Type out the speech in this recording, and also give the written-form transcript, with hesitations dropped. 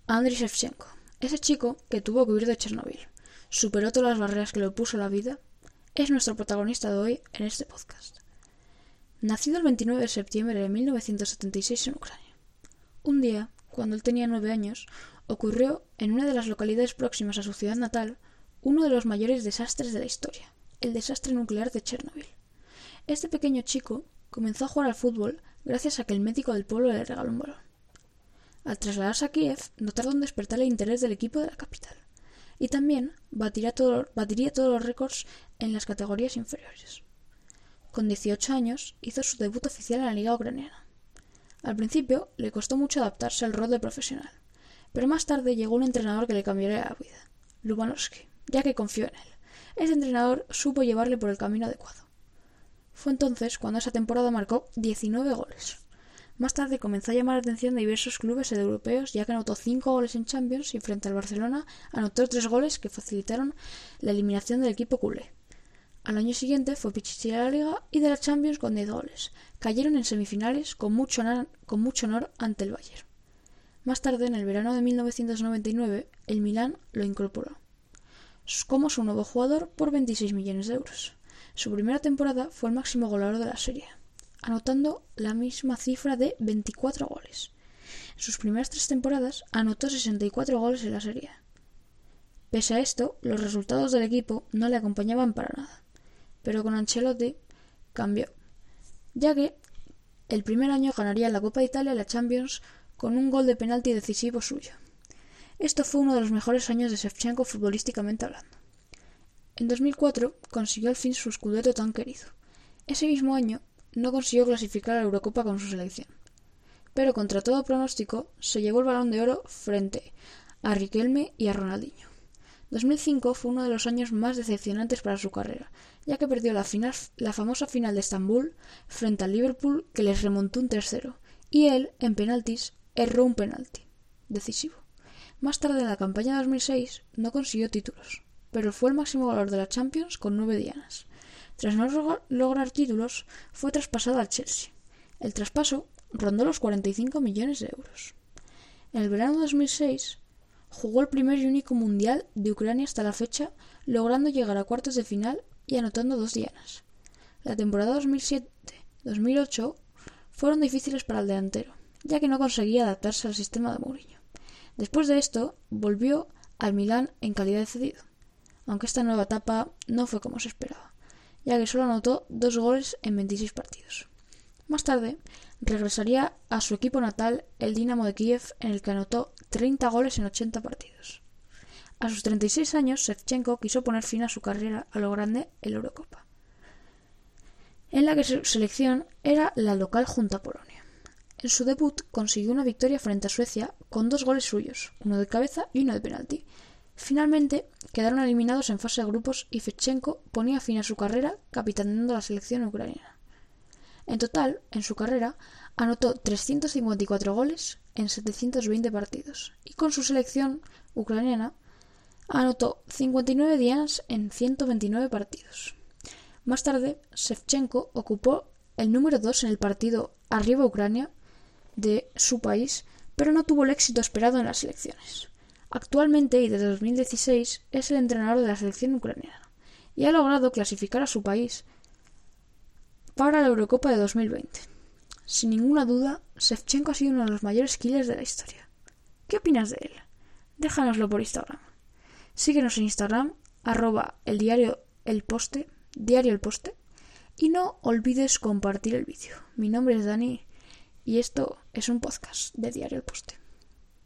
Andriy Shevchenko, ese chico que tuvo que huir de Chernobyl, superó todas las barreras que le opuso la vida, es nuestro protagonista de hoy en este podcast. Nacido el 29 de septiembre de 1976 en Ucrania. Un día, cuando él tenía 9 años, ocurrió en una de las localidades próximas a su ciudad natal uno de los mayores desastres de la historia, el desastre nuclear de Chernobyl. Este pequeño chico comenzó a jugar al fútbol gracias a que el médico del pueblo le regaló un balón. Al trasladarse a Kiev, no tardó en despertar el interés del equipo de la capital, y también batiría todos los récords en las categorías inferiores. Con 18 años hizo su debut oficial en la liga ucraniana. Al principio le costó mucho adaptarse al rol de profesional, pero más tarde llegó un entrenador que le cambiaría la vida, Lubanovsky, ya que confió en él. Ese entrenador supo llevarle por el camino adecuado. Fue entonces cuando esa temporada marcó 19 goles. Más tarde comenzó a llamar la atención de diversos clubes europeos, ya que anotó 5 goles en Champions y frente al Barcelona anotó 3 goles que facilitaron la eliminación del equipo culé. Al año siguiente fue Pichichi de la Liga y de la Champions con 10 goles. Cayeron en semifinales con mucho honor ante el Bayern. Más tarde, en el verano de 1999, el Milán lo incorporó como su nuevo jugador por 26 millones de euros. Su primera temporada fue el máximo goleador de la serie, anotando la misma cifra de 24 goles. En sus primeras 3 temporadas anotó 64 goles en la serie. Pese a esto, los resultados del equipo no le acompañaban para nada, pero con Ancelotti cambió, ya que el primer año ganaría la Copa de Italia y la Champions con un gol de penalti decisivo suyo. Esto fue uno de los mejores años de Shevchenko futbolísticamente hablando. En 2004 consiguió al fin su scudetto tan querido. Ese mismo año no consiguió clasificar a la Eurocopa con su selección, pero contra todo pronóstico se llevó el Balón de Oro frente a Riquelme y a Ronaldinho. 2005 fue uno de los años más decepcionantes para su carrera, ya que perdió la famosa final de Estambul frente al Liverpool, que les remontó un 3-0, y él, en penaltis, erró un penalti decisivo. Más tarde, en la campaña de 2006, no consiguió títulos, pero fue el máximo goleador de la Champions con 9 dianas. Tras no lograr títulos, fue traspasado al Chelsea. El traspaso rondó los 45 millones de euros. En el verano de 2006, jugó el primer y único mundial de Ucrania hasta la fecha, logrando llegar a cuartos de final y anotando 2 dianas. La temporada 2007-2008 fueron difíciles para el delantero, ya que no conseguía adaptarse al sistema de Mourinho. Después de esto, volvió al Milán en calidad de cedido, aunque esta nueva etapa no fue como se esperaba, ya que solo anotó 2 goles en 26 partidos. Más tarde, regresaría a su equipo natal, el Dinamo de Kiev, en el que anotó 30 goles en 80 partidos. A sus 36 años, Shevchenko quiso poner fin a su carrera a lo grande en la Eurocopa, en la que su selección era la local junto a Polonia. En su debut consiguió una victoria frente a Suecia con 2 goles suyos, uno de cabeza y uno de penalti. Finalmente quedaron eliminados en fase de grupos y Shevchenko ponía fin a su carrera capitaneando la selección ucraniana. En total, en su carrera, anotó 354 goles en 720 partidos y con su selección ucraniana anotó 59 dianas en 129 partidos. Más tarde, Shevchenko ocupó el número 2 en el partido Arriba Ucrania de su país, pero no tuvo el éxito esperado en las selecciones. Actualmente y desde 2016 es el entrenador de la selección ucraniana y ha logrado clasificar a su país para la Eurocopa de 2020. Sin ninguna duda, Shevchenko ha sido uno de los mayores killers de la historia. ¿Qué opinas de él? Déjanoslo por Instagram. Síguenos en Instagram, @eldiarioelposte, y no olvides compartir el vídeo. Mi nombre es Dani y esto es un podcast de Diario El Poste.